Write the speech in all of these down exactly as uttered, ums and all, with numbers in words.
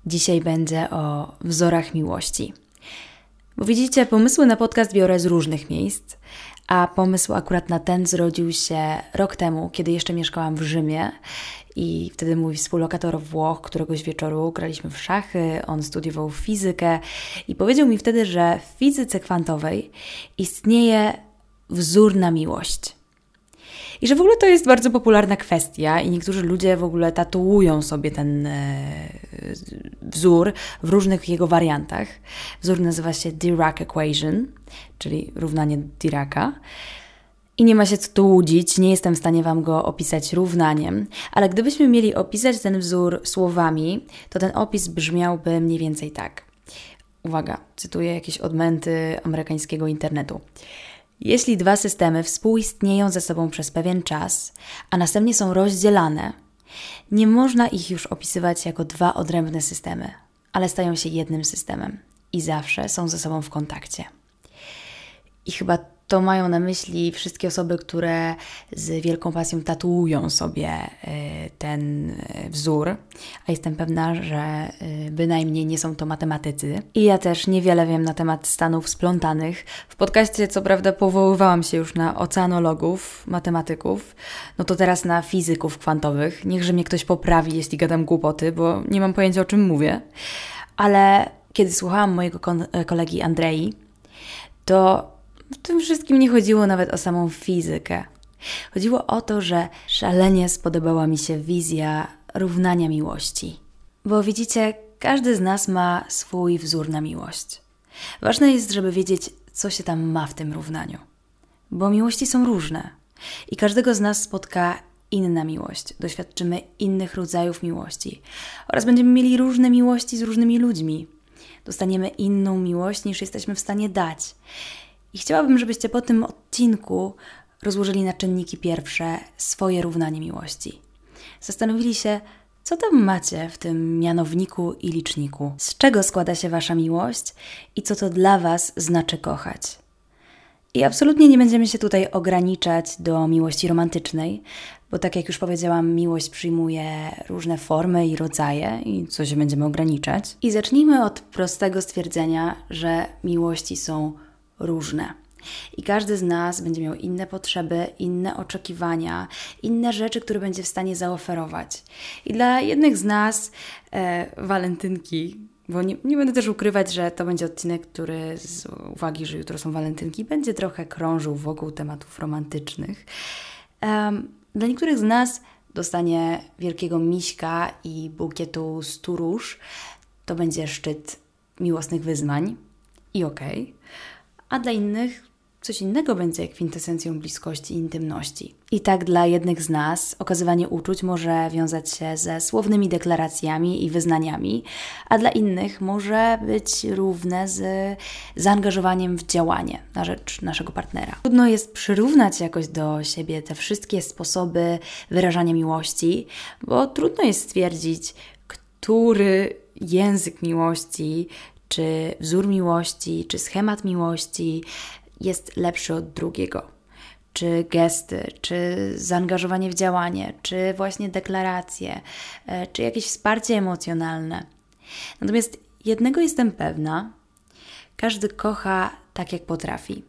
Dzisiaj będzie o wzorach miłości. Bo widzicie, pomysły na podcast biorę z różnych miejsc, a pomysł akurat na ten zrodził się rok temu, kiedy jeszcze mieszkałam w Rzymie i wtedy mój współlokator Włoch któregoś wieczoru graliśmy w szachy, on studiował fizykę i powiedział mi wtedy, że w fizyce kwantowej istnieje wzór na miłość. I że w ogóle to jest bardzo popularna kwestia i niektórzy ludzie w ogóle tatuują sobie ten e, wzór w różnych jego wariantach. Wzór nazywa się Dirac Equation, czyli równanie Diraca. I nie ma się co tu łudzić, nie jestem w stanie Wam go opisać równaniem, ale gdybyśmy mieli opisać ten wzór słowami, to ten opis brzmiałby mniej więcej tak. Uwaga, cytuję jakieś odmęty amerykańskiego internetu. Jeśli dwa systemy współistnieją ze sobą przez pewien czas, a następnie są rozdzielane, nie można ich już opisywać jako dwa odrębne systemy, ale stają się jednym systemem i zawsze są ze sobą w kontakcie. I chyba to mają na myśli wszystkie osoby, które z wielką pasją tatuują sobie ten wzór, a jestem pewna, że bynajmniej nie są to matematycy. I ja też niewiele wiem na temat stanów splątanych. W podcaście co prawda powoływałam się już na oceanologów, matematyków, no to teraz na fizyków kwantowych. Niechże mnie ktoś poprawi, jeśli gadam głupoty, bo nie mam pojęcia, o czym mówię. Ale kiedy słuchałam mojego kon- kolegi Andrei, to w tym wszystkim nie chodziło nawet o samą fizykę. Chodziło o to, że szalenie spodobała mi się wizja równania miłości. Bo widzicie, każdy z nas ma swój wzór na miłość. Ważne jest, żeby wiedzieć, co się tam ma w tym równaniu. Bo miłości są różne i każdego z nas spotka inna miłość. Doświadczymy innych rodzajów miłości oraz będziemy mieli różne miłości z różnymi ludźmi. Dostaniemy inną miłość, niż jesteśmy w stanie dać. I chciałabym, żebyście po tym odcinku rozłożyli na czynniki pierwsze swoje równanie miłości. Zastanowili się, co tam macie w tym mianowniku i liczniku, z czego składa się Wasza miłość i co to dla Was znaczy kochać. I absolutnie nie będziemy się tutaj ograniczać do miłości romantycznej, bo tak jak już powiedziałam, miłość przyjmuje różne formy i rodzaje i co się będziemy ograniczać. I zacznijmy od prostego stwierdzenia, że miłości są różne. I każdy z nas będzie miał inne potrzeby, inne oczekiwania, inne rzeczy, które będzie w stanie zaoferować. I dla jednych z nas e, walentynki, bo nie, nie będę też ukrywać, że to będzie odcinek, który z uwagi, że jutro są walentynki, będzie trochę krążył wokół tematów romantycznych. Um, dla niektórych z nas dostanie wielkiego miśka i bukietu stu róż. To będzie szczyt miłosnych wyznań i okej. Okay. A dla innych coś innego będzie kwintesencją bliskości i intymności. I tak dla jednych z nas okazywanie uczuć może wiązać się ze słownymi deklaracjami i wyznaniami, a dla innych może być równe z zaangażowaniem w działanie na rzecz naszego partnera. Trudno jest przyrównać jakoś do siebie te wszystkie sposoby wyrażania miłości, bo trudno jest stwierdzić, który język miłości, czy wzór miłości, czy schemat miłości jest lepszy od drugiego. Czy gesty, czy zaangażowanie w działanie, czy właśnie deklaracje, czy jakieś wsparcie emocjonalne. Natomiast jednego jestem pewna, każdy kocha tak, jak potrafi.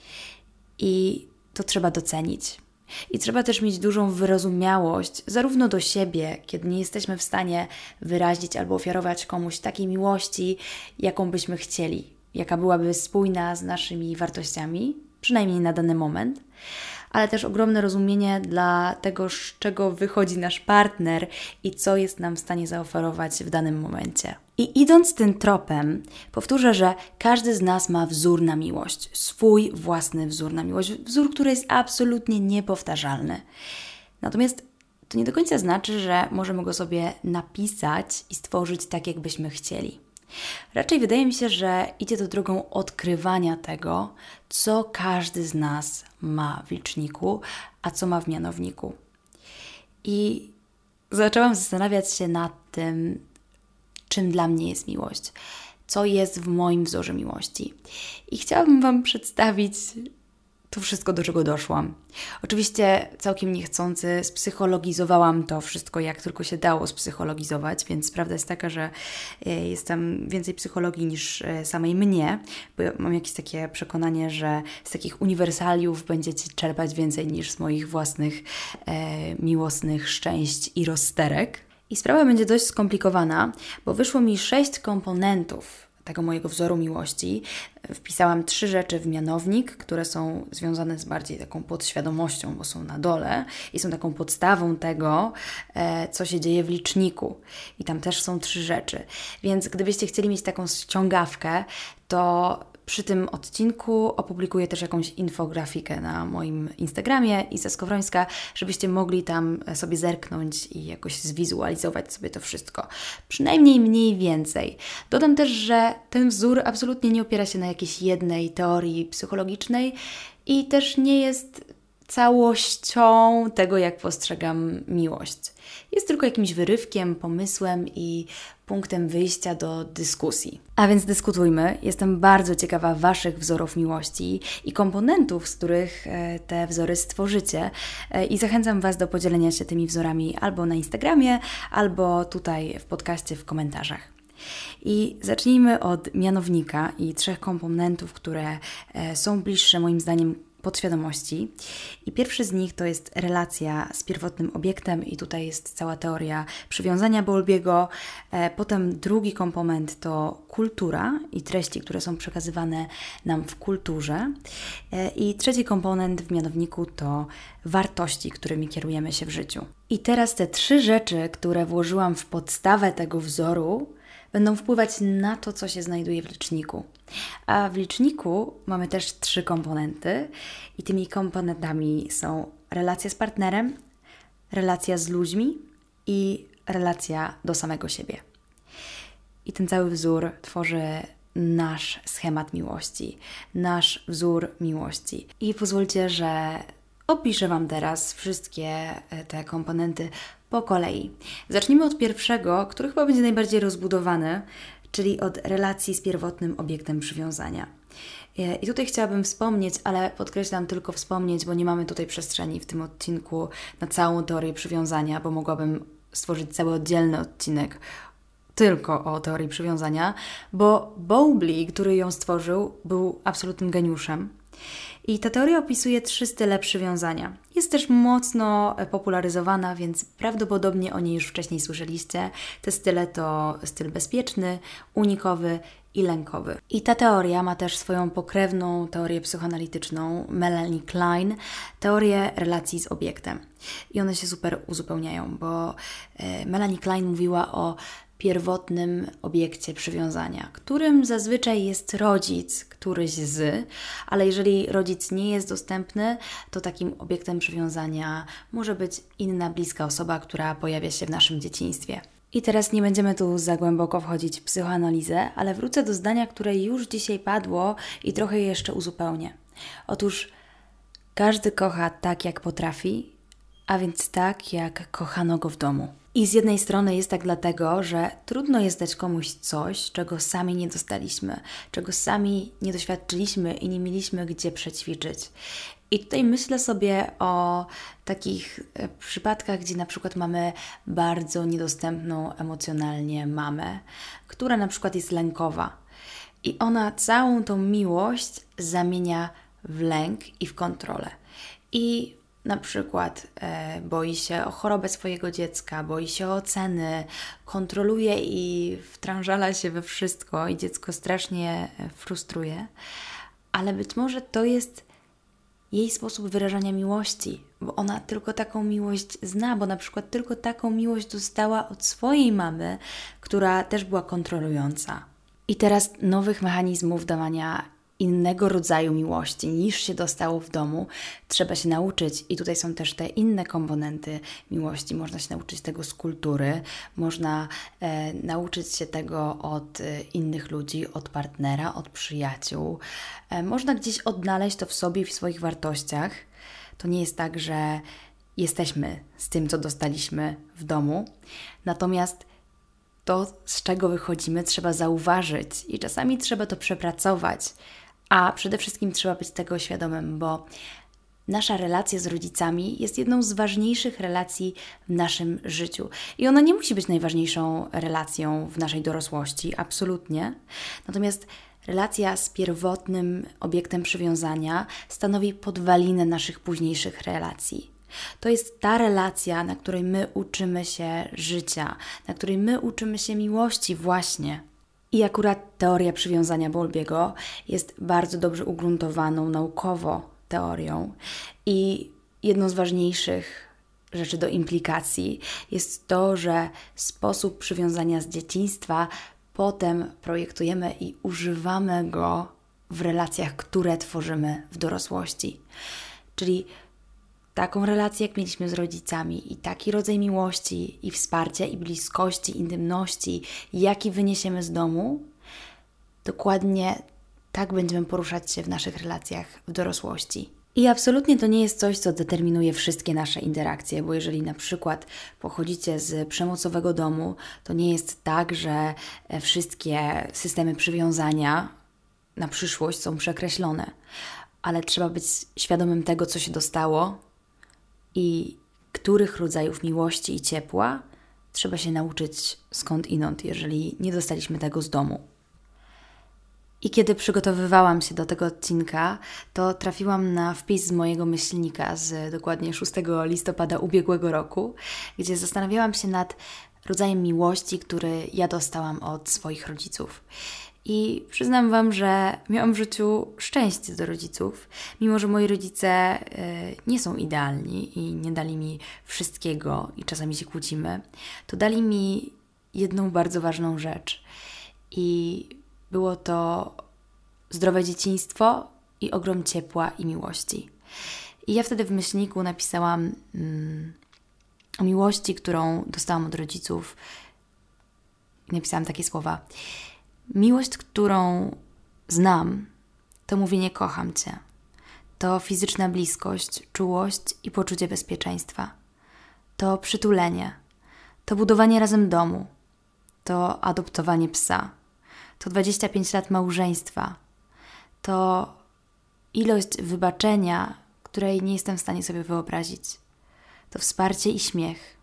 I to trzeba docenić. I trzeba też mieć dużą wyrozumiałość zarówno do siebie, kiedy nie jesteśmy w stanie wyrazić albo ofiarować komuś takiej miłości, jaką byśmy chcieli, jaka byłaby spójna z naszymi wartościami, przynajmniej na dany moment, ale też ogromne rozumienie dla tego, z czego wychodzi nasz partner i co jest nam w stanie zaoferować w danym momencie. I idąc tym tropem, powtórzę, że każdy z nas ma wzór na miłość, swój własny wzór na miłość, wzór, który jest absolutnie niepowtarzalny. Natomiast to nie do końca znaczy, że możemy go sobie napisać i stworzyć tak, jak byśmy chcieli. Raczej wydaje mi się, że idzie to drogą odkrywania tego, co każdy z nas ma w liczniku, a co ma w mianowniku. I zaczęłam zastanawiać się nad tym, czym dla mnie jest miłość, co jest w moim wzorze miłości. I chciałabym Wam przedstawić to wszystko, do czego doszłam. Oczywiście całkiem niechcący spsychologizowałam to wszystko, jak tylko się dało spsychologizować, więc prawda jest taka, że jest tam więcej psychologii niż samej mnie, bo mam jakieś takie przekonanie, że z takich uniwersaliów będziecie czerpać więcej niż z moich własnych e, miłosnych szczęść i rozterek. I sprawa będzie dość skomplikowana, bo wyszło mi sześć komponentów tego mojego wzoru miłości. Wpisałam trzy rzeczy w mianownik, które są związane z bardziej taką podświadomością, bo są na dole i są taką podstawą tego, e, co się dzieje w liczniku. I tam też są trzy rzeczy. Więc gdybyście chcieli mieć taką ściągawkę, to przy tym odcinku opublikuję też jakąś infografikę na moim Instagramie Iza Skowrońska, żebyście mogli tam sobie zerknąć i jakoś zwizualizować sobie to wszystko. Przynajmniej mniej więcej. Dodam też, że ten wzór absolutnie nie opiera się na jakiejś jednej teorii psychologicznej i też nie jest całością tego, jak postrzegam miłość. Jest tylko jakimś wyrywkiem, pomysłem i punktem wyjścia do dyskusji. A więc dyskutujmy. Jestem bardzo ciekawa Waszych wzorów miłości i komponentów, z których te wzory stworzycie. I zachęcam Was do podzielenia się tymi wzorami albo na Instagramie, albo tutaj w podcaście w komentarzach. I zacznijmy od mianownika i trzech komponentów, które są bliższe moim zdaniem podświadomości. I pierwszy z nich to jest relacja z pierwotnym obiektem i tutaj jest cała teoria przywiązania Bowlbiego. E, potem drugi komponent to kultura i treści, które są przekazywane nam w kulturze. E, I trzeci komponent w mianowniku to wartości, którymi kierujemy się w życiu. I teraz te trzy rzeczy, które włożyłam w podstawę tego wzoru, będą wpływać na to, co się znajduje w liczniku. A w liczniku mamy też trzy komponenty i tymi komponentami są relacja z partnerem, relacja z ludźmi i relacja do samego siebie. I ten cały wzór tworzy nasz schemat miłości, nasz wzór miłości. I pozwólcie, że opiszę Wam teraz wszystkie te komponenty po kolei. Zacznijmy od pierwszego, który chyba będzie najbardziej rozbudowany, czyli od relacji z pierwotnym obiektem przywiązania. I tutaj chciałabym wspomnieć, ale podkreślam tylko wspomnieć, bo nie mamy tutaj przestrzeni w tym odcinku na całą teorię przywiązania, bo mogłabym stworzyć cały oddzielny odcinek tylko o teorii przywiązania, bo Bowlby, który ją stworzył, był absolutnym geniuszem. I ta teoria opisuje trzy style przywiązania. Jest też mocno popularyzowana, więc prawdopodobnie o niej już wcześniej słyszeliście. Te style to styl bezpieczny, unikowy i lękowy. I ta teoria ma też swoją pokrewną teorię psychoanalityczną, Melanie Klein, teorię relacji z obiektem. I one się super uzupełniają, bo Melanie Klein mówiła o pierwotnym obiekcie przywiązania, którym zazwyczaj jest rodzic, któryś z, ale jeżeli rodzic nie jest dostępny, to takim obiektem przywiązania może być inna bliska osoba, która pojawia się w naszym dzieciństwie. I teraz nie będziemy tu za głęboko wchodzić w psychoanalizę, ale wrócę do zdania, które już dzisiaj padło i trochę je jeszcze uzupełnię. Otóż każdy kocha tak, jak potrafi, a więc tak, jak kochano go w domu. I z jednej strony jest tak dlatego, że trudno jest dać komuś coś, czego sami nie dostaliśmy, czego sami nie doświadczyliśmy i nie mieliśmy gdzie przećwiczyć. I tutaj myślę sobie o takich przypadkach, gdzie na przykład mamy bardzo niedostępną emocjonalnie mamę, która na przykład jest lękowa. I ona całą tą miłość zamienia w lęk i w kontrolę. I na przykład e, boi się o chorobę swojego dziecka, boi się o oceny, kontroluje i wtrążala się we wszystko i dziecko strasznie frustruje, ale być może to jest jej sposób wyrażania miłości, bo ona tylko taką miłość zna, bo na przykład tylko taką miłość dostała od swojej mamy, która też była kontrolująca. I teraz nowych mechanizmów dawania innego rodzaju miłości niż się dostało w domu, trzeba się nauczyć. I tutaj są też te inne komponenty miłości. Można się nauczyć tego z kultury, można e, nauczyć się tego od e, innych ludzi, od partnera, od przyjaciół. E, można gdzieś odnaleźć to w sobie i w swoich wartościach. To nie jest tak, że jesteśmy z tym, co dostaliśmy w domu. Natomiast to, z czego wychodzimy, trzeba zauważyć i czasami trzeba to przepracować. A przede wszystkim trzeba być tego świadomym, bo nasza relacja z rodzicami jest jedną z ważniejszych relacji w naszym życiu. I ona nie musi być najważniejszą relacją w naszej dorosłości, absolutnie. Natomiast relacja z pierwotnym obiektem przywiązania stanowi podwalinę naszych późniejszych relacji. To jest ta relacja, na której my uczymy się życia, na której my uczymy się miłości właśnie. I akurat teoria przywiązania Bowlbiego jest bardzo dobrze ugruntowaną naukowo teorią i jedną z ważniejszych rzeczy do implikacji jest to, że sposób przywiązania z dzieciństwa potem projektujemy i używamy go w relacjach, które tworzymy w dorosłości. Czyli taką relację, jak mieliśmy z rodzicami i taki rodzaj miłości i wsparcia i bliskości, intymności, jaki wyniesiemy z domu, dokładnie tak będziemy poruszać się w naszych relacjach w dorosłości. I absolutnie to nie jest coś, co determinuje wszystkie nasze interakcje, bo jeżeli na przykład pochodzicie z przemocowego domu, to nie jest tak, że wszystkie systemy przywiązania na przyszłość są przekreślone, ale trzeba być świadomym tego, co się dostało i których rodzajów miłości i ciepła trzeba się nauczyć skądinąd, jeżeli nie dostaliśmy tego z domu. I kiedy przygotowywałam się do tego odcinka, to trafiłam na wpis z mojego myślnika z dokładnie szóstego listopada ubiegłego roku, gdzie zastanawiałam się nad rodzajem miłości, który ja dostałam od swoich rodziców. I przyznam Wam, że miałam w życiu szczęście do rodziców, mimo że moi rodzice y, nie są idealni i nie dali mi wszystkiego i czasami się kłócimy, to dali mi jedną bardzo ważną rzecz. I było to zdrowe dzieciństwo i ogrom ciepła i miłości. I ja wtedy w myślniku napisałam mm, o miłości, którą dostałam od rodziców. I napisałam takie słowa. Miłość, którą znam, to mówienie kocham Cię. To fizyczna bliskość, czułość i poczucie bezpieczeństwa. To przytulenie. To budowanie razem domu. To adoptowanie psa. To dwadzieścia pięć lat małżeństwa. To ilość wybaczenia, której nie jestem w stanie sobie wyobrazić. To wsparcie i śmiech.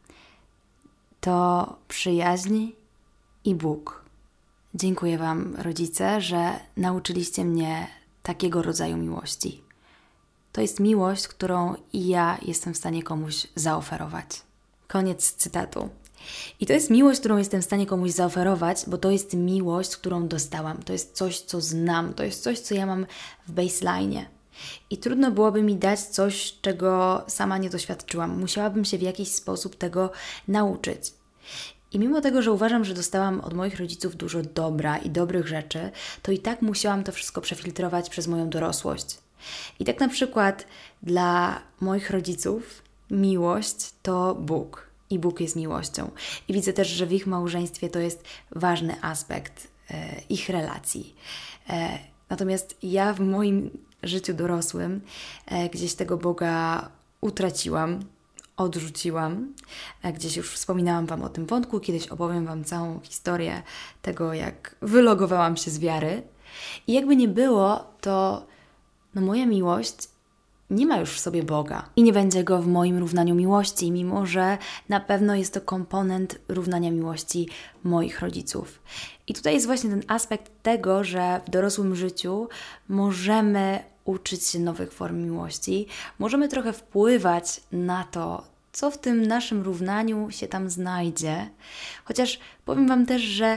To przyjaźń i Bóg. Dziękuję Wam, rodzice, że nauczyliście mnie takiego rodzaju miłości. To jest miłość, którą i ja jestem w stanie komuś zaoferować. Koniec cytatu. I to jest miłość, którą jestem w stanie komuś zaoferować, bo to jest miłość, którą dostałam. To jest coś, co znam. To jest coś, co ja mam w baseline'ie. I trudno byłoby mi dać coś, czego sama nie doświadczyłam. Musiałabym się w jakiś sposób tego nauczyć. I mimo tego, że uważam, że dostałam od moich rodziców dużo dobra i dobrych rzeczy, to i tak musiałam to wszystko przefiltrować przez moją dorosłość. I tak na przykład dla moich rodziców miłość to Bóg. I Bóg jest miłością. I widzę też, że w ich małżeństwie to jest ważny aspekt e, ich relacji. E, natomiast ja w moim życiu dorosłym e, gdzieś tego Boga utraciłam, odrzuciłam. E, gdzieś już wspominałam Wam o tym wątku, kiedyś opowiem Wam całą historię tego, jak wylogowałam się z wiary. I jakby nie było, to no, moja miłość nie ma już w sobie Boga i nie będzie Go w moim równaniu miłości, mimo że na pewno jest to komponent równania miłości moich rodziców. I tutaj jest właśnie ten aspekt tego, że w dorosłym życiu możemy uczyć się nowych form miłości, możemy trochę wpływać na to, co w tym naszym równaniu się tam znajdzie. Chociaż powiem Wam też, że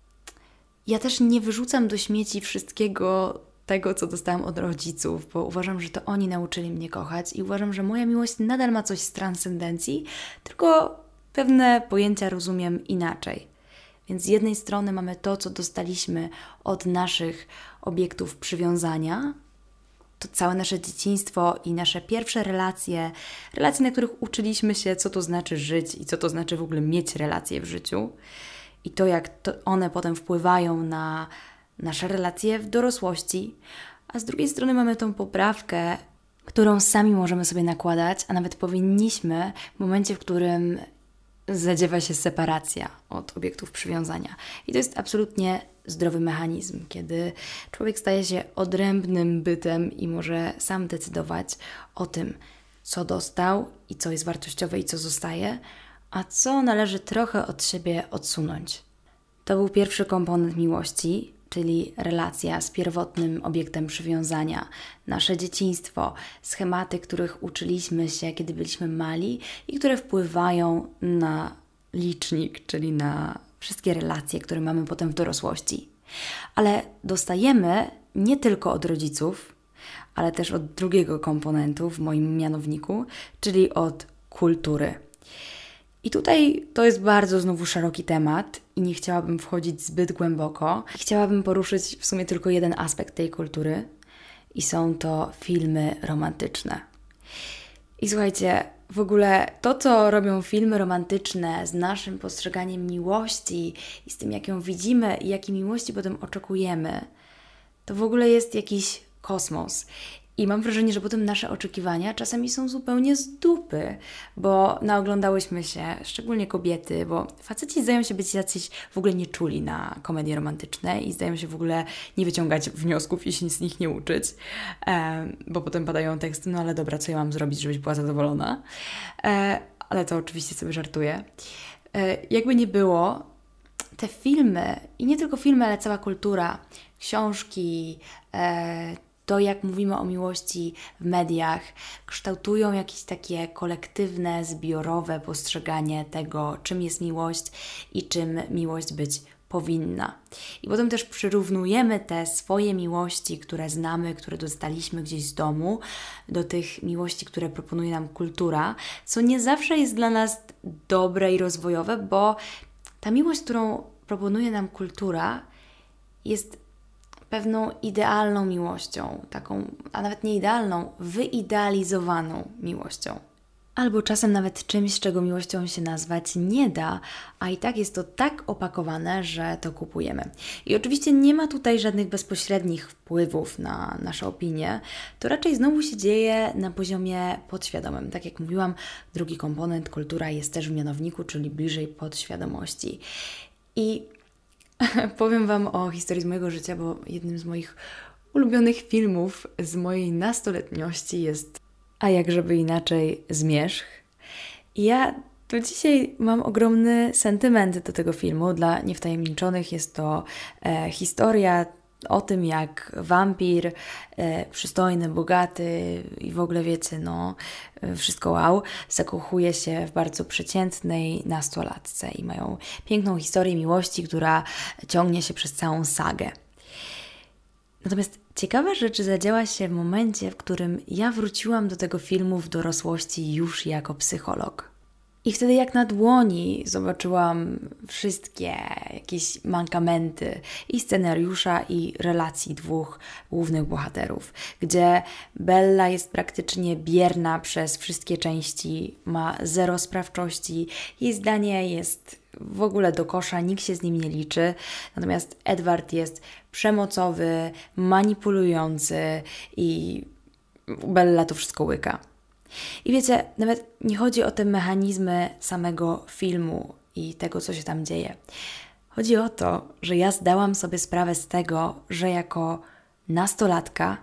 ja też nie wyrzucam do śmieci wszystkiego tego, co dostałam od rodziców, bo uważam, że to oni nauczyli mnie kochać i uważam, że moja miłość nadal ma coś z transcendencji, tylko pewne pojęcia rozumiem inaczej. Więc z jednej strony mamy to, co dostaliśmy od naszych obiektów przywiązania, to całe nasze dzieciństwo i nasze pierwsze relacje, relacje, na których uczyliśmy się, co to znaczy żyć i co to znaczy w ogóle mieć relacje w życiu i to, jak to one potem wpływają na nasze relacje w dorosłości, a z drugiej strony mamy tą poprawkę, którą sami możemy sobie nakładać, a nawet powinniśmy w momencie, w którym zadziewa się separacja od obiektów przywiązania. I to jest absolutnie zdrowy mechanizm, kiedy człowiek staje się odrębnym bytem i może sam decydować o tym, co dostał i co jest wartościowe i co zostaje, a co należy trochę od siebie odsunąć. To był pierwszy komponent miłości, czyli relacja z pierwotnym obiektem przywiązania, nasze dzieciństwo, schematy, których uczyliśmy się, kiedy byliśmy mali i które wpływają na licznik, czyli na wszystkie relacje, które mamy potem w dorosłości. Ale dostajemy nie tylko od rodziców, ale też od drugiego komponentu w moim mianowniku, czyli od kultury. I tutaj to jest bardzo znowu szeroki temat i nie chciałabym wchodzić zbyt głęboko. Chciałabym poruszyć w sumie tylko jeden aspekt tej kultury i są to filmy romantyczne. I słuchajcie, w ogóle to, co robią filmy romantyczne z naszym postrzeganiem miłości i z tym, jak ją widzimy i jakiej miłości potem oczekujemy, to w ogóle jest jakiś kosmos. I mam wrażenie, że potem nasze oczekiwania czasami są zupełnie z dupy, bo naoglądałyśmy się, szczególnie kobiety, bo faceci zdają się być jacyś w ogóle nieczuli na komedie romantyczne i zdają się w ogóle nie wyciągać wniosków i się z nich nie uczyć, e, bo potem padają teksty, no ale dobra, co ja mam zrobić, żebyś była zadowolona? E, ale to oczywiście sobie żartuję. E, jakby nie było, te filmy, i nie tylko filmy, ale cała kultura, książki, e, to, jak mówimy o miłości w mediach, kształtują jakieś takie kolektywne, zbiorowe postrzeganie tego, czym jest miłość i czym miłość być powinna. I potem też przyrównujemy te swoje miłości, które znamy, które dostaliśmy gdzieś z domu, do tych miłości, które proponuje nam kultura, co nie zawsze jest dla nas dobre i rozwojowe, bo ta miłość, którą proponuje nam kultura, jest pewną idealną miłością, taką, a nawet nie idealną, wyidealizowaną miłością. Albo czasem nawet czymś, czego miłością się nazwać nie da, a i tak jest to tak opakowane, że to kupujemy. I oczywiście nie ma tutaj żadnych bezpośrednich wpływów na nasze opinie, to raczej znowu się dzieje na poziomie podświadomym. Tak jak mówiłam, drugi komponent, kultura, jest też w mianowniku, czyli bliżej podświadomości. I powiem Wam o historii z mojego życia, bo jednym z moich ulubionych filmów z mojej nastoletniości jest, a jak żeby inaczej, Zmierzch. I ja do dzisiaj mam ogromny sentyment do tego filmu. Dla niewtajemniczonych jest to e, historia o tym, jak wampir, e, przystojny, bogaty i w ogóle wiecie, no e, wszystko wow, zakochuje się w bardzo przeciętnej nastolatce i mają piękną historię miłości, która ciągnie się przez całą sagę. Natomiast ciekawa rzecz zadziała się w momencie, w którym ja wróciłam do tego filmu w dorosłości już jako psycholog. I wtedy jak na dłoni zobaczyłam wszystkie jakieś mankamenty i scenariusza, i relacji dwóch głównych bohaterów, gdzie Bella jest praktycznie bierna przez wszystkie części, ma zero sprawczości, jej zdanie jest w ogóle do kosza, nikt się z nim nie liczy, natomiast Edward jest przemocowy, manipulujący i Bella to wszystko łyka. I wiecie, nawet nie chodzi o te mechanizmy samego filmu i tego, co się tam dzieje. Chodzi o to, że ja zdałam sobie sprawę z tego, że jako nastolatka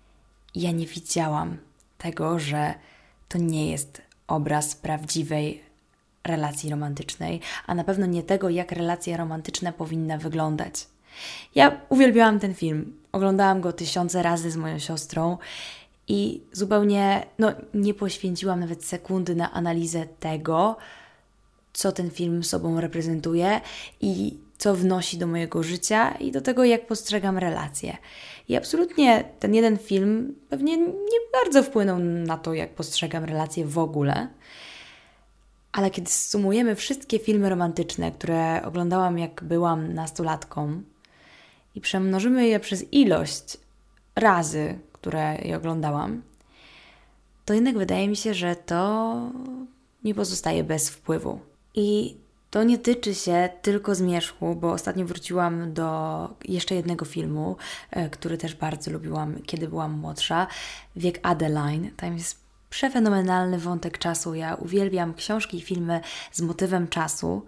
ja nie widziałam tego, że to nie jest obraz prawdziwej relacji romantycznej, a na pewno nie tego, jak relacja romantyczna powinna wyglądać. Ja uwielbiałam ten film. Oglądałam go tysiące razy z moją siostrą i zupełnie no, nie poświęciłam nawet sekundy na analizę tego, co ten film sobą reprezentuje i co wnosi do mojego życia i do tego, jak postrzegam relacje. I absolutnie ten jeden film pewnie nie bardzo wpłynął na to, jak postrzegam relacje w ogóle, ale kiedy sumujemy wszystkie filmy romantyczne, które oglądałam, jak byłam nastolatką i przemnożymy je przez ilość razy, które je oglądałam, to jednak wydaje mi się, że to nie pozostaje bez wpływu. I to nie tyczy się tylko Zmierzchu, bo ostatnio wróciłam do jeszcze jednego filmu, który też bardzo lubiłam, kiedy byłam młodsza. Wiek Adeline. Tam jest przefenomenalny wątek czasu. Ja uwielbiam książki i filmy z motywem czasu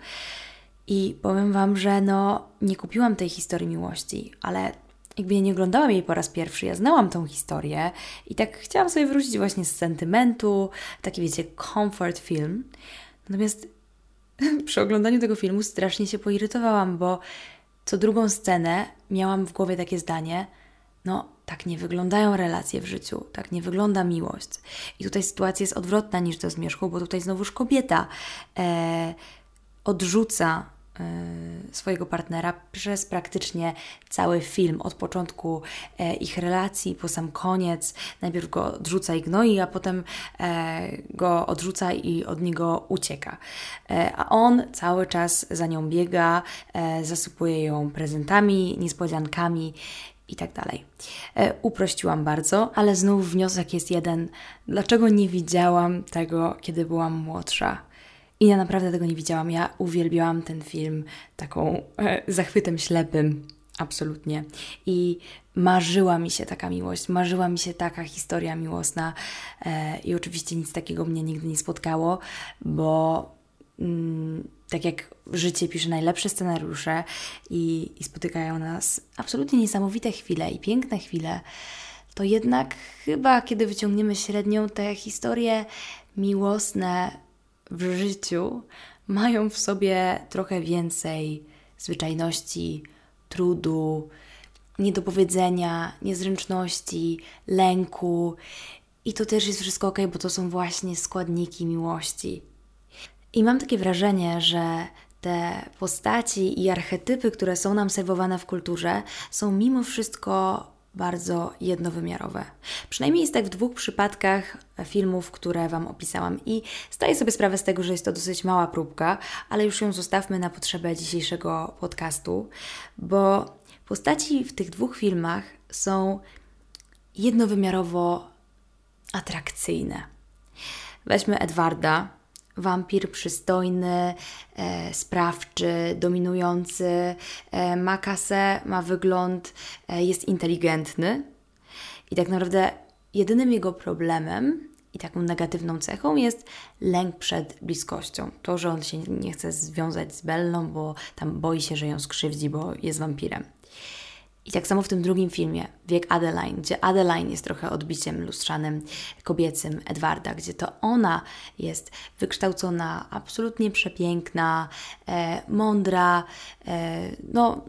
i powiem Wam, że no nie kupiłam tej historii miłości, ale jakby ja nie oglądałam jej po raz pierwszy, ja znałam tą historię i tak chciałam sobie wrócić właśnie z sentymentu, taki wiecie, comfort film. Natomiast przy oglądaniu tego filmu strasznie się poirytowałam, bo co drugą scenę miałam w głowie takie zdanie, no tak nie wyglądają relacje w życiu, tak nie wygląda miłość. I tutaj sytuacja jest odwrotna niż to Zmierzchu, bo tutaj znowuż kobieta e, odrzuca swojego partnera przez praktycznie cały film, od początku e, ich relacji po sam koniec. Najpierw go odrzuca i gnoi, a potem e, go odrzuca i od niego ucieka. E, a on cały czas za nią biega, e, zasypuje ją prezentami, niespodziankami i tak dalej. E, uprościłam bardzo, ale znów wniosek jest jeden. Dlaczego nie widziałam tego, kiedy byłam młodsza? I ja naprawdę tego nie widziałam. Ja uwielbiałam ten film taką e, zachwytem ślepym, absolutnie. I marzyła mi się taka miłość, marzyła mi się taka historia miłosna e, i oczywiście nic takiego mnie nigdy nie spotkało, bo mm, tak jak życie pisze najlepsze scenariusze i, i spotykają nas absolutnie niesamowite chwile i piękne chwile, to jednak chyba, kiedy wyciągniemy średnią, te historie miłosne w życiu mają w sobie trochę więcej zwyczajności, trudu, niedopowiedzenia, niezręczności, lęku. I to też jest wszystko okej, bo to są właśnie składniki miłości. I mam takie wrażenie, że te postaci i archetypy, które są nam serwowane w kulturze, są mimo wszystko bardzo jednowymiarowe. Przynajmniej jest tak w dwóch przypadkach filmów, które Wam opisałam i zdaję sobie sprawę z tego, że jest to dosyć mała próbka, ale już ją zostawmy na potrzebę dzisiejszego podcastu, bo postaci w tych dwóch filmach są jednowymiarowo atrakcyjne. Weźmy Edwarda, wampir przystojny, e, sprawczy, dominujący, e, ma kasę, ma wygląd, e, jest inteligentny i tak naprawdę jedynym jego problemem i taką negatywną cechą jest lęk przed bliskością. To, że on się nie chce związać z Bellą, bo tam boi się, że ją skrzywdzi, bo jest wampirem. I tak samo w tym drugim filmie, Wiek Adeline, gdzie Adeline jest trochę odbiciem lustrzanym kobiecym Edwarda, gdzie to ona jest wykształcona, absolutnie przepiękna, e, mądra, e, no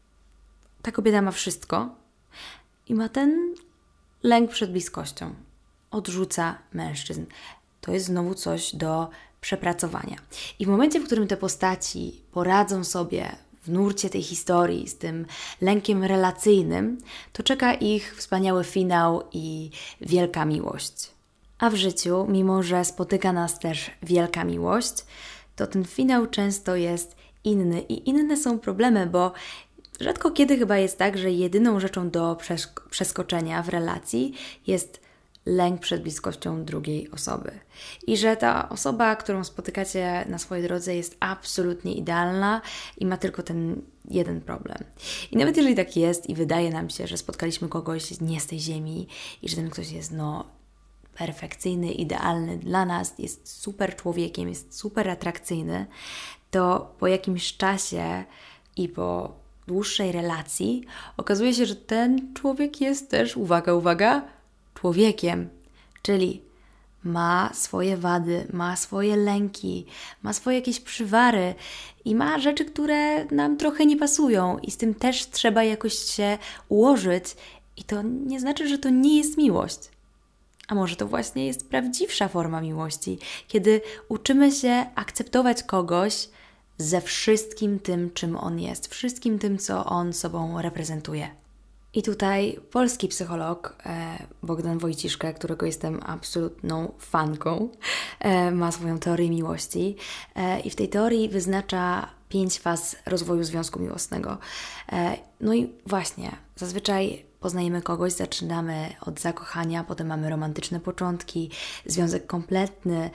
ta kobieta ma wszystko i ma ten lęk przed bliskością. Odrzuca mężczyzn. To jest znowu coś do przepracowania. I w momencie, w którym te postaci poradzą sobie w nurcie tej historii, z tym lękiem relacyjnym, to czeka ich wspaniały finał i wielka miłość. A w życiu, mimo że spotyka nas też wielka miłość, to ten finał często jest inny i inne są problemy, bo rzadko kiedy chyba jest tak, że jedyną rzeczą do przesz- przeskoczenia w relacji jest lęk przed bliskością drugiej osoby. I że ta osoba, którą spotykacie na swojej drodze, jest absolutnie idealna i ma tylko ten jeden problem. I nawet jeżeli tak jest i wydaje nam się, że spotkaliśmy kogoś nie z tej ziemi i że ten ktoś jest no perfekcyjny, idealny dla nas, jest super człowiekiem, jest super atrakcyjny, to po jakimś czasie i po dłuższej relacji okazuje się, że ten człowiek jest też, uwaga, uwaga, człowiekiem, czyli ma swoje wady, ma swoje lęki, ma swoje jakieś przywary i ma rzeczy, które nam trochę nie pasują i z tym też trzeba jakoś się ułożyć i to nie znaczy, że to nie jest miłość. A może to właśnie jest prawdziwsza forma miłości, kiedy uczymy się akceptować kogoś ze wszystkim tym, czym on jest, wszystkim tym, co on sobą reprezentuje. I tutaj polski psycholog e, Bogdan Wojciszka, którego jestem absolutną fanką, e, ma swoją teorię miłości e, i w tej teorii wyznacza pięć faz rozwoju związku miłosnego. E, no i właśnie, zazwyczaj poznajemy kogoś, zaczynamy od zakochania, potem mamy romantyczne początki, związek kompletny,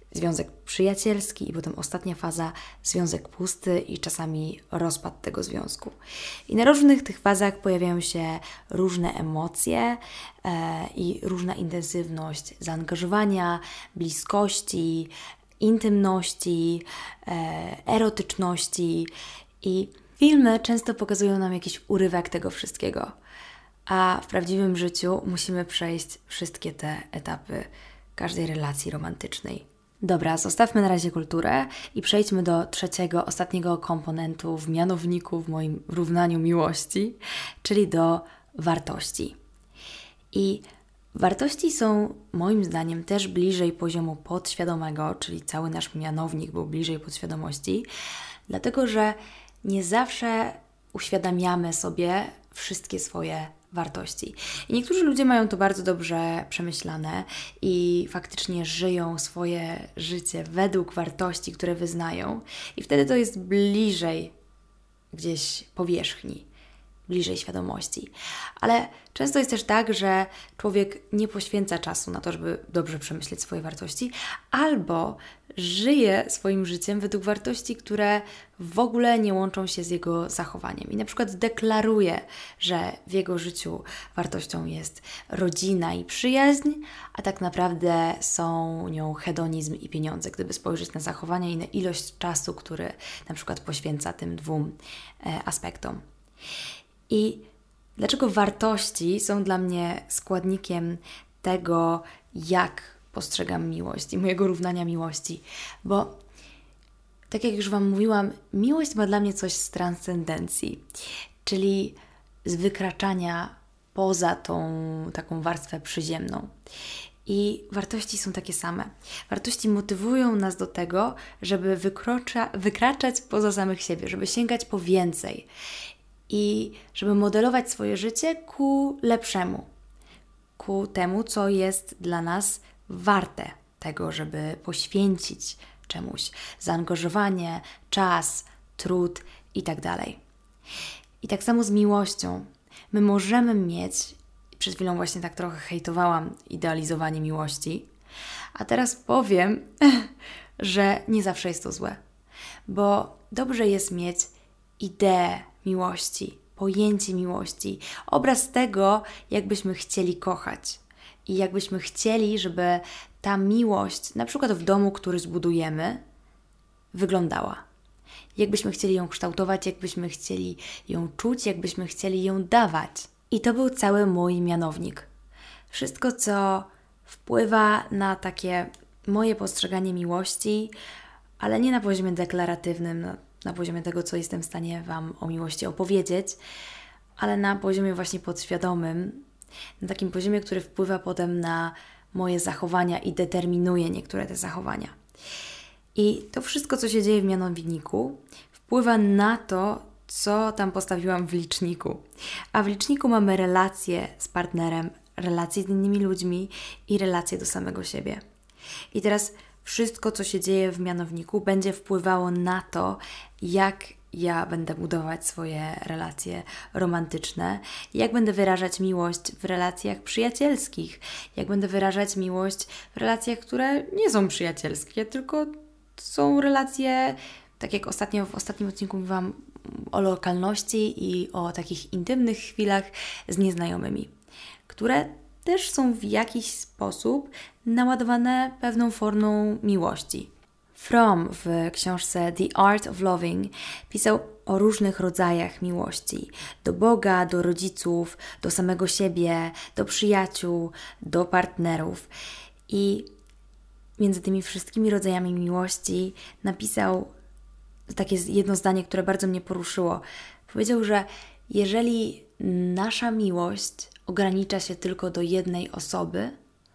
związek przyjacielski i potem ostatnia faza, związek pusty i czasami rozpad tego związku. I na różnych tych fazach pojawiają się różne emocje e, i różna intensywność zaangażowania, bliskości, intymności, e, erotyczności i filmy często pokazują nam jakiś urywek tego wszystkiego, a w prawdziwym życiu musimy przejść wszystkie te etapy każdej relacji romantycznej. Dobra, zostawmy na razie kulturę i przejdźmy do trzeciego, ostatniego komponentu w mianowniku, w moim równaniu miłości, czyli do wartości. I wartości są moim zdaniem też bliżej poziomu podświadomego, czyli cały nasz mianownik był bliżej podświadomości, dlatego że nie zawsze uświadamiamy sobie wszystkie swoje wartości. I niektórzy ludzie mają to bardzo dobrze przemyślane i faktycznie żyją swoje życie według wartości, które wyznają, i wtedy to jest bliżej gdzieś powierzchni, bliżej świadomości. Ale często jest też tak, że człowiek nie poświęca czasu na to, żeby dobrze przemyśleć swoje wartości, albo żyje swoim życiem według wartości, które w ogóle nie łączą się z jego zachowaniem. I na przykład deklaruje, że w jego życiu wartością jest rodzina i przyjaźń, a tak naprawdę są nią hedonizm i pieniądze, gdyby spojrzeć na zachowania i na ilość czasu, który na przykład poświęca tym dwóm e, aspektom. I dlaczego wartości są dla mnie składnikiem tego, jak postrzegam miłość i mojego równania miłości? Bo tak jak już Wam mówiłam, miłość ma dla mnie coś z transcendencji, czyli z wykraczania poza tą taką warstwę przyziemną. I wartości są takie same. Wartości motywują nas do tego, żeby wykrocza, wykraczać poza samych siebie, żeby sięgać po więcej i żeby modelować swoje życie ku lepszemu, ku temu, co jest dla nas warte tego, żeby poświęcić czemuś zaangażowanie, czas, trud i tak dalej. I tak samo z miłością. My możemy mieć, przed chwilą właśnie tak trochę hejtowałam idealizowanie miłości, a teraz powiem, że nie zawsze jest to złe, bo dobrze jest mieć ideę miłości, pojęcie miłości, obraz tego, jakbyśmy chcieli kochać i jakbyśmy chcieli, żeby ta miłość, na przykład w domu, który zbudujemy, wyglądała. Jakbyśmy chcieli ją kształtować, jakbyśmy chcieli ją czuć, jakbyśmy chcieli ją dawać. I to był cały mój mianownik. Wszystko, co wpływa na takie moje postrzeganie miłości, ale nie na poziomie deklaratywnym, na, na poziomie tego, co jestem w stanie Wam o miłości opowiedzieć, ale na poziomie właśnie podświadomym, na takim poziomie, który wpływa potem na moje zachowania i determinuje niektóre te zachowania. I to wszystko, co się dzieje w mianowniku, wpływa na to, co tam postawiłam w liczniku. A w liczniku mamy relacje z partnerem, relacje z innymi ludźmi i relacje do samego siebie. I teraz wszystko, co się dzieje w mianowniku, będzie wpływało na to, jak ja będę budować swoje relacje romantyczne, jak będę wyrażać miłość w relacjach przyjacielskich, jak będę wyrażać miłość w relacjach, które nie są przyjacielskie, tylko są relacje, tak jak ostatnio w ostatnim odcinku mówiłam o lokalności i o takich intymnych chwilach z nieznajomymi, które też są w jakiś sposób naładowane pewną formą miłości. Fromm w książce The Art of Loving pisał o różnych rodzajach miłości. Do Boga, do rodziców, do samego siebie, do przyjaciół, do partnerów. I między tymi wszystkimi rodzajami miłości napisał takie jedno zdanie, które bardzo mnie poruszyło. Powiedział, że jeżeli nasza miłość ogranicza się tylko do jednej osoby,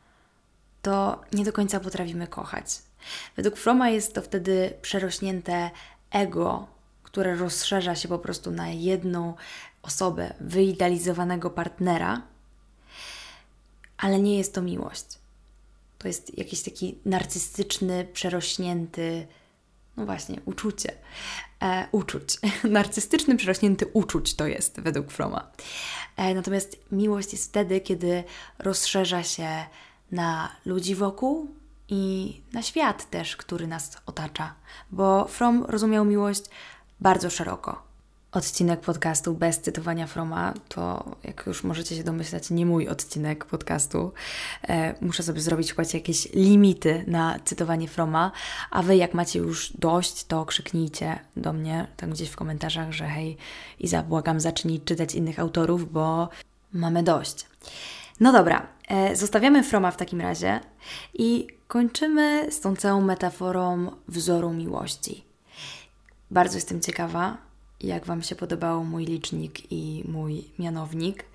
to nie do końca potrafimy kochać. Według Fromma jest to wtedy przerośnięte ego, które rozszerza się po prostu na jedną osobę, wyidealizowanego partnera, ale nie jest to miłość. To jest jakiś taki narcystyczny, przerośnięty, no właśnie, uczucie, e, uczuć. Narcystyczny, przerośnięty uczuć to jest według Fromma. E, natomiast miłość jest wtedy, kiedy rozszerza się na ludzi wokół, i na świat też, który nas otacza, bo Fromm rozumiał miłość bardzo szeroko. Odcinek podcastu bez cytowania Fromma to, jak już możecie się domyślać, nie mój odcinek podcastu. E, muszę sobie zrobić chyba jakieś limity na cytowanie Fromma, a Wy jak macie już dość, to krzyknijcie do mnie tam gdzieś w komentarzach, że hej Iza, błagam, zacznij czytać innych autorów, bo mamy dość. No dobra, e, zostawiamy Fromma w takim razie i kończymy z tą całą metaforą wzoru miłości. Bardzo jestem ciekawa, jak Wam się podobał mój licznik i mój mianownik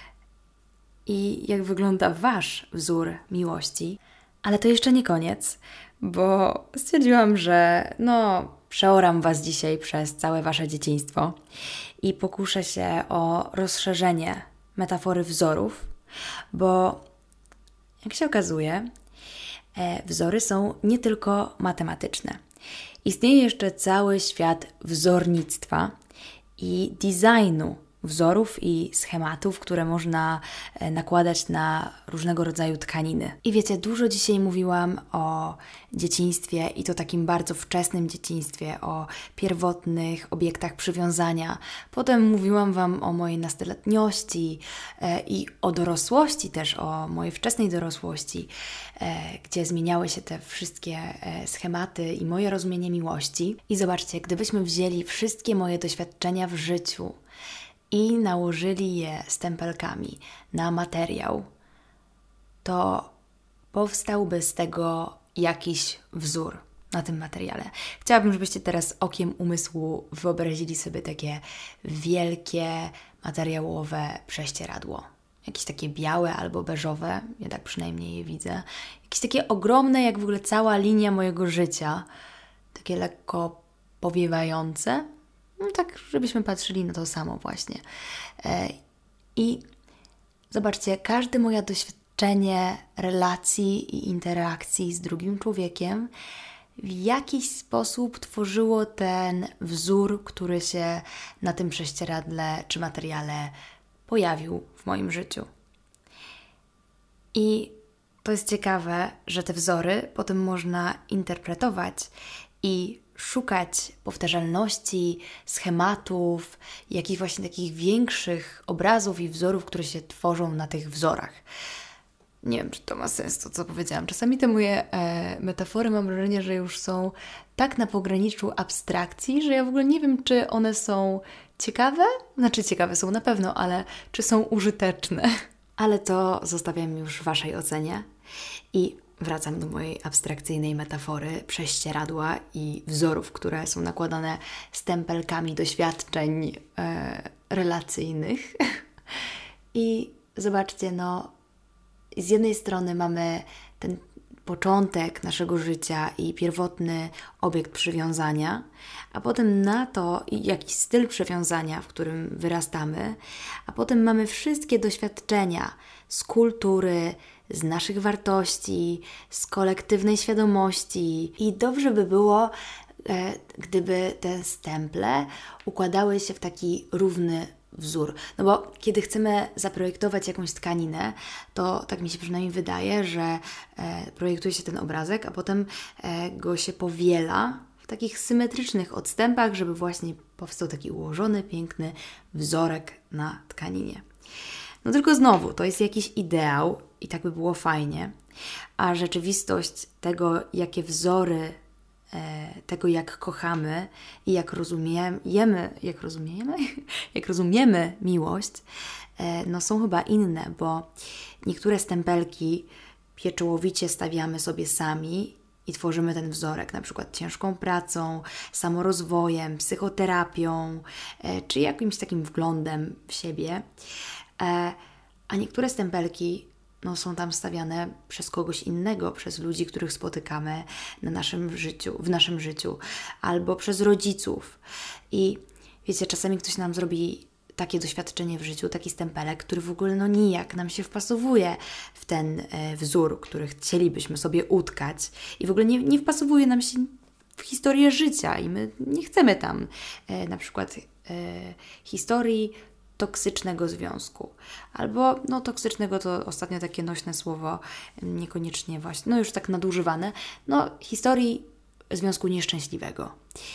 i jak wygląda Wasz wzór miłości. Ale to jeszcze nie koniec, bo stwierdziłam, że no, przeoram Was dzisiaj przez całe Wasze dzieciństwo i pokuszę się o rozszerzenie metafory wzorów, bo jak się okazuje, wzory są nie tylko matematyczne. Istnieje jeszcze cały świat wzornictwa i designu wzorów i schematów, które można nakładać na różnego rodzaju tkaniny. I wiecie, dużo dzisiaj mówiłam o dzieciństwie i to takim bardzo wczesnym dzieciństwie, o pierwotnych obiektach przywiązania. Potem mówiłam Wam o mojej nastoletniości e, i o dorosłości też, o mojej wczesnej dorosłości, e, gdzie zmieniały się te wszystkie e, schematy i moje rozumienie miłości. I zobaczcie, gdybyśmy wzięli wszystkie moje doświadczenia w życiu i nałożyli je stempelkami na materiał, to powstałby z tego jakiś wzór na tym materiale. Chciałabym, żebyście teraz okiem umysłu wyobrazili sobie takie wielkie, materiałowe prześcieradło. Jakieś takie białe albo beżowe, ja tak przynajmniej je widzę. Jakieś takie ogromne, jak w ogóle cała linia mojego życia, takie lekko powiewające. No tak, żebyśmy patrzyli na to samo właśnie. I zobaczcie, każde moje doświadczenie relacji i interakcji z drugim człowiekiem w jakiś sposób tworzyło ten wzór, który się na tym prześcieradle czy materiale pojawił w moim życiu. I to jest ciekawe, że te wzory potem można interpretować i szukać powtarzalności, schematów, jakichś właśnie takich większych obrazów i wzorów, które się tworzą na tych wzorach. Nie wiem, czy to ma sens, to co powiedziałam. Czasami te moje e, metafory mam wrażenie, że już są tak na pograniczu abstrakcji, że ja w ogóle nie wiem, czy one są ciekawe. Znaczy ciekawe są na pewno, ale czy są użyteczne. Ale to zostawiam już Waszej ocenie i wracam do mojej abstrakcyjnej metafory prześcieradła i wzorów, które są nakładane stempelkami doświadczeń e, relacyjnych. I zobaczcie, no z jednej strony mamy ten początek naszego życia i pierwotny obiekt przywiązania, a potem na to jakiś styl przywiązania, w którym wyrastamy, a potem mamy wszystkie doświadczenia z kultury, z naszych wartości, z kolektywnej świadomości. I dobrze by było, e, gdyby te stemple układały się w taki równy wzór. No bo kiedy chcemy zaprojektować jakąś tkaninę, to tak mi się przynajmniej wydaje, że e, projektuje się ten obrazek, a potem e, go się powiela w takich symetrycznych odstępach, żeby właśnie powstał taki ułożony, piękny wzorek na tkaninie. No tylko znowu, to jest jakiś ideał i tak by było fajnie, a rzeczywistość tego, jakie wzory, e, tego jak kochamy i jak rozumiemy, jak rozumiemy, jak rozumiemy miłość, e, no są chyba inne, bo niektóre stempelki pieczołowicie stawiamy sobie sami i tworzymy ten wzorek, na przykład ciężką pracą, samorozwojem, psychoterapią, e, czy jakimś takim wglądem w siebie. E, a niektóre stempelki no, są tam stawiane przez kogoś innego, przez ludzi, których spotykamy na naszym życiu, w naszym życiu, albo przez rodziców. I wiecie, czasami ktoś nam zrobi takie doświadczenie w życiu, taki stempelek, który w ogóle no nijak nam się wpasowuje w ten e, wzór, który chcielibyśmy sobie utkać i w ogóle nie, nie wpasowuje nam się w historię życia i my nie chcemy tam e, na przykład e, historii toksycznego związku. Albo, no toksycznego to ostatnio takie nośne słowo, niekoniecznie właśnie, no już tak nadużywane, no historii związku nieszczęśliwego.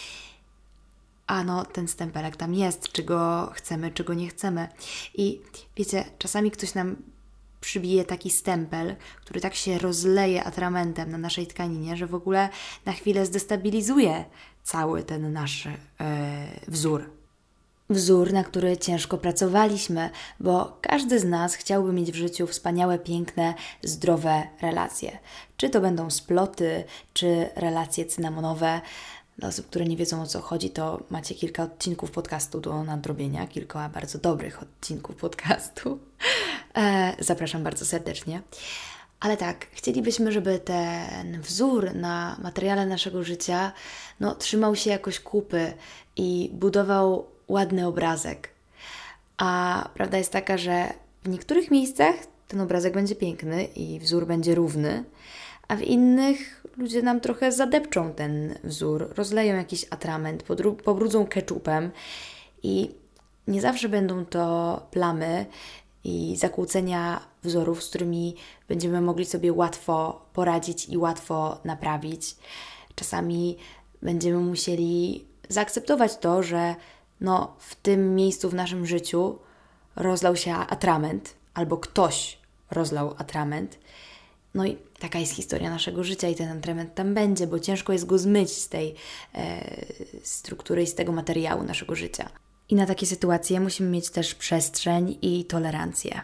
A no, ten stempelek tam jest, czy go chcemy, czy go nie chcemy. I wiecie, czasami ktoś nam przybije taki stempel, który tak się rozleje atramentem na naszej tkaninie, że w ogóle na chwilę zdestabilizuje cały ten nasz yy, wzór. Wzór, na który ciężko pracowaliśmy, bo każdy z nas chciałby mieć w życiu wspaniałe, piękne, zdrowe relacje. Czy to będą sploty, czy relacje cynamonowe. Dla osób, które nie wiedzą, o co chodzi, to macie kilka odcinków podcastu do nadrobienia, kilka bardzo dobrych odcinków podcastu. E, zapraszam bardzo serdecznie. Ale tak, chcielibyśmy, żeby ten wzór na materiale naszego życia no, trzymał się jakoś kupy i budował ładny obrazek. A prawda jest taka, że w niektórych miejscach ten obrazek będzie piękny i wzór będzie równy, a w innych ludzie nam trochę zadepczą ten wzór, rozleją jakiś atrament, pobrudzą keczupem i nie zawsze będą to plamy i zakłócenia wzorów, z którymi będziemy mogli sobie łatwo poradzić i łatwo naprawić. Czasami będziemy musieli zaakceptować to, że no, w tym miejscu w naszym życiu rozlał się atrament albo ktoś rozlał atrament. No i taka jest historia naszego życia i ten atrament tam będzie, bo ciężko jest go zmyć z tej e, struktury i z tego materiału naszego życia. I na takie sytuacje musimy mieć też przestrzeń i tolerancję.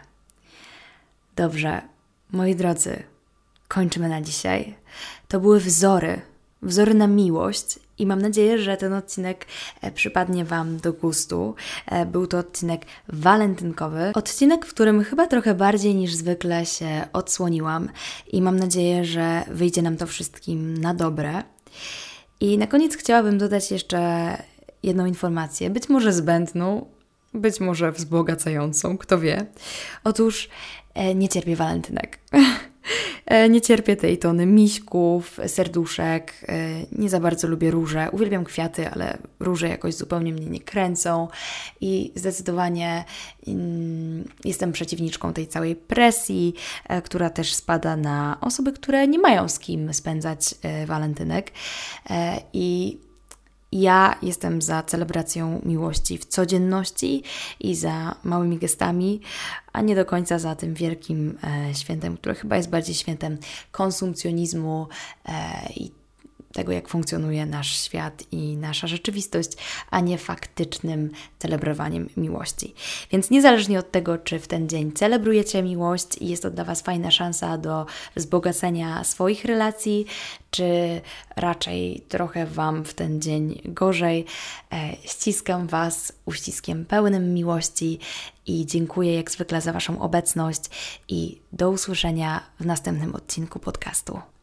Dobrze, moi drodzy, kończymy na dzisiaj. To były wzory, wzory na miłość i mam nadzieję, że ten odcinek przypadnie Wam do gustu. Był to odcinek walentynkowy, odcinek, w którym chyba trochę bardziej niż zwykle się odsłoniłam i mam nadzieję, że wyjdzie nam to wszystkim na dobre. I na koniec chciałabym dodać jeszcze jedną informację, być może zbędną, być może wzbogacającą, kto wie. Otóż e, nie cierpię walentynek. e, nie cierpię tej tony miśków, serduszek, e, nie za bardzo lubię róże. Uwielbiam kwiaty, ale róże jakoś zupełnie mnie nie kręcą i zdecydowanie mm, jestem przeciwniczką tej całej presji, e, która też spada na osoby, które nie mają z kim spędzać e, walentynek e, i ja jestem za celebracją miłości w codzienności i za małymi gestami, a nie do końca za tym wielkim e, świętem, które chyba jest bardziej świętem konsumpcjonizmu e, i tego, jak funkcjonuje nasz świat i nasza rzeczywistość, a nie faktycznym celebrowaniem miłości. Więc niezależnie od tego, czy w ten dzień celebrujecie miłość i jest to dla Was fajna szansa do wzbogacenia swoich relacji, czy raczej trochę Wam w ten dzień gorzej, e, ściskam Was uściskiem pełnym miłości i dziękuję jak zwykle za Waszą obecność i do usłyszenia w następnym odcinku podcastu.